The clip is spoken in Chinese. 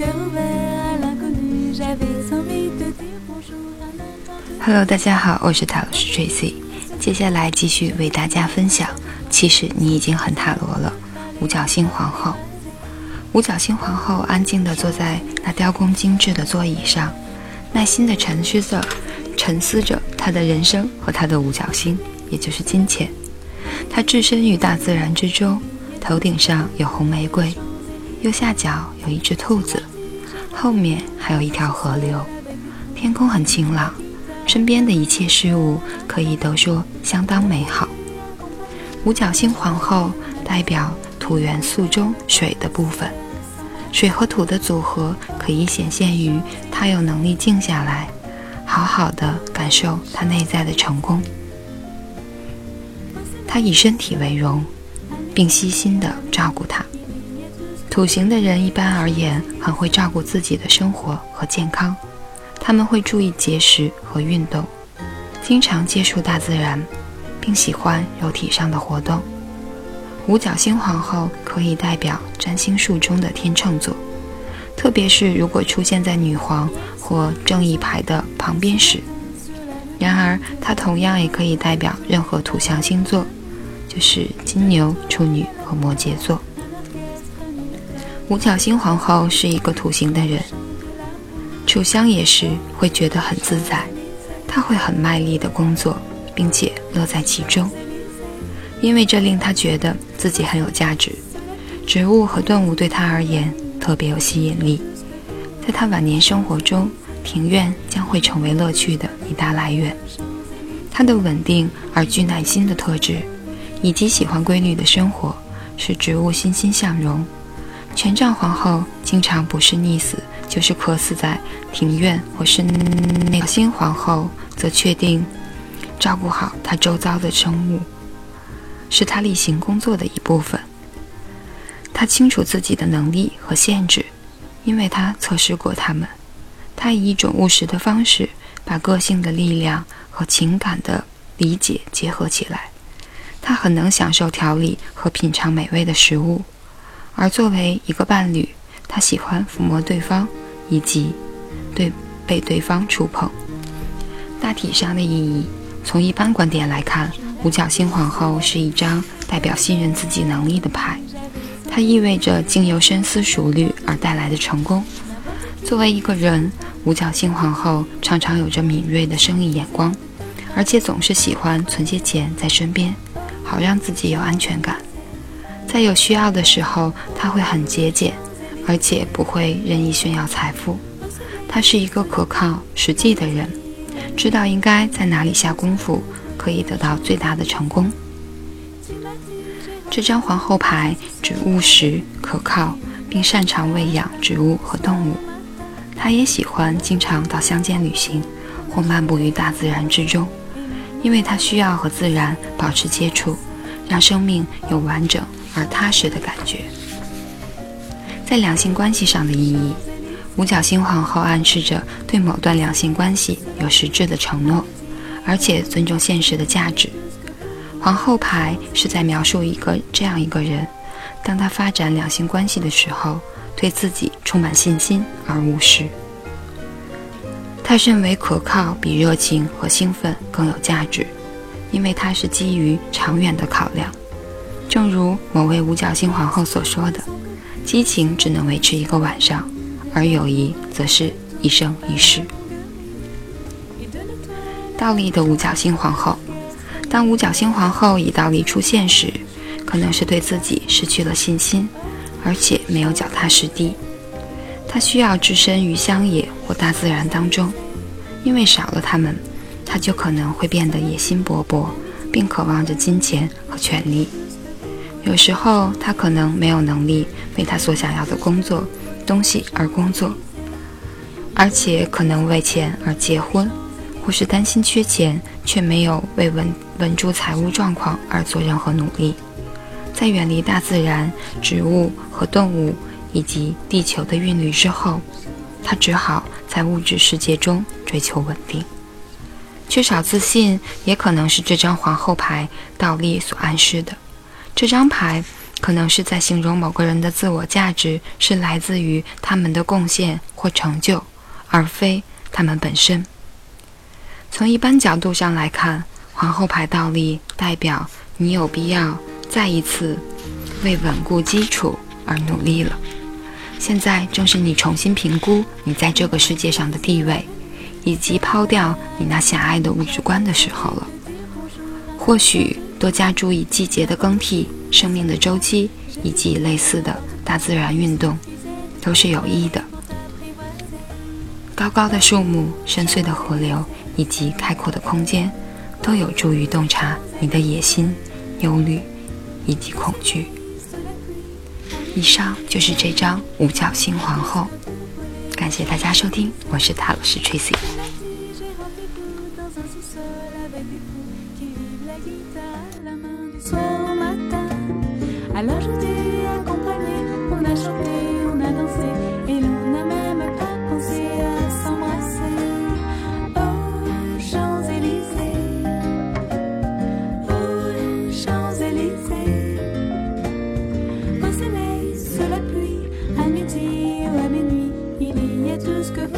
Hello， 大家好，我是塔罗师 Tracy， 接下来继续为大家分享其实你已经很塔罗了，五角星皇后。五角星皇后安静地坐在那雕工精致的座椅上，耐心地沉思着她的人生和她的五角星，也就是金钱。她置身于大自然之中，头顶上有红玫瑰，右下角有一只兔子，后面还有一条河流，天空很晴朗，身边的一切事物可以都说相当美好。五角星皇后代表土元素中水的部分，水和土的组合可以显现于她有能力静下来，好好的感受她内在的成功。她以身体为荣，并悉心地照顾它。土型的人一般而言很会照顾自己的生活和健康，他们会注意节食和运动，经常接触大自然，并喜欢肉体上的活动。五角星皇后可以代表占星术中的天秤座，特别是如果出现在女皇或正义牌的旁边时。然而它同样也可以代表任何土象星座，就是金牛、处女和摩羯座。五角星皇后是一个土型的人，处相也是会觉得很自在，她会很卖力的工作，并且乐在其中，因为这令她觉得自己很有价值。植物和动物对她而言特别有吸引力，在她晚年生活中，庭院将会成为乐趣的一大来源。她的稳定而具耐心的特质，以及喜欢规律的生活，使植物欣欣向荣。权杖皇后经常不是溺死，就是渴死在庭院或室内。角星皇后则确定照顾好她周遭的生物，是她例行工作的一部分。她清楚自己的能力和限制，因为她测试过它们。她以一种务实的方式，把个性的力量和情感的理解结合起来。她很能享受调理和品尝美味的食物，而作为一个伴侣，她喜欢抚摸对方以及被对方触碰。大体上的意义，从一般观点来看，五角星皇后是一张代表信任自己能力的牌，它意味着经由深思熟虑而带来的成功。作为一个人，五角星皇后常常有着敏锐的生意眼光，而且总是喜欢存些钱在身边，好让自己有安全感。在有需要的时候，他会很节俭，而且不会任意炫耀财富。他是一个可靠、实际的人，知道应该在哪里下功夫，可以得到最大的成功。这张皇后牌指务实、可靠，并擅长喂养植物和动物。他也喜欢经常到乡间旅行，或漫步于大自然之中，因为他需要和自然保持接触，让生命有完整而踏实的感觉。在两性关系上的意义，五角星皇后暗示着对某段两性关系有实质的承诺，而且尊重现实的价值。皇后牌是在描述这样一个人，当他发展两性关系的时候，对自己充满信心而务实。他认为可靠比热情和兴奋更有价值，因为它是基于长远的考量。正如某位五角星皇后所说的，激情只能维持一个晚上，而友谊则是一生一世。倒立的五角星皇后，当五角星皇后以倒立出现时，可能是对自己失去了信心，而且没有脚踏实地。她需要置身于乡野或大自然当中，因为少了它们，她就可能会变得野心勃勃，并渴望着金钱和权力。有时候她可能没有能力为她所想要的东西而工作，而且可能为钱而结婚，或是担心缺钱却没有为稳住财务状况而做任何努力。在远离大自然、植物和动物以及地球的韵律之后，她只好在物质世界中追求稳定。缺少自信也可能是这张皇后牌倒立所暗示的。这张牌可能是在形容某个人的自我价值是来自于他们的贡献或成就，而非他们本身。从一般角度上来看，皇后牌倒立代表你有必要再一次为稳固基础而努力了。现在正是你重新评估你在这个世界上的地位，以及抛掉你那狭隘的物质观的时候了。或许多加注意季节的更替、生命的周期以及类似的大自然运动都是有益的。高高的树木、深邃的河流以及开阔的空间都有助于洞察你的野心、忧虑以及恐惧。以上就是这张五角星皇后，感谢大家收听，我是塔罗斯 Tracy。Alors je t'ai accompagné, on a chanté, on a dansé, et l'on n'a même pas pensé à s'embrasser. Oh Champs-Élysées, oh Champs-Élysées, au soleil, sous la pluie, à midi ou à minuit, il y a tout ce que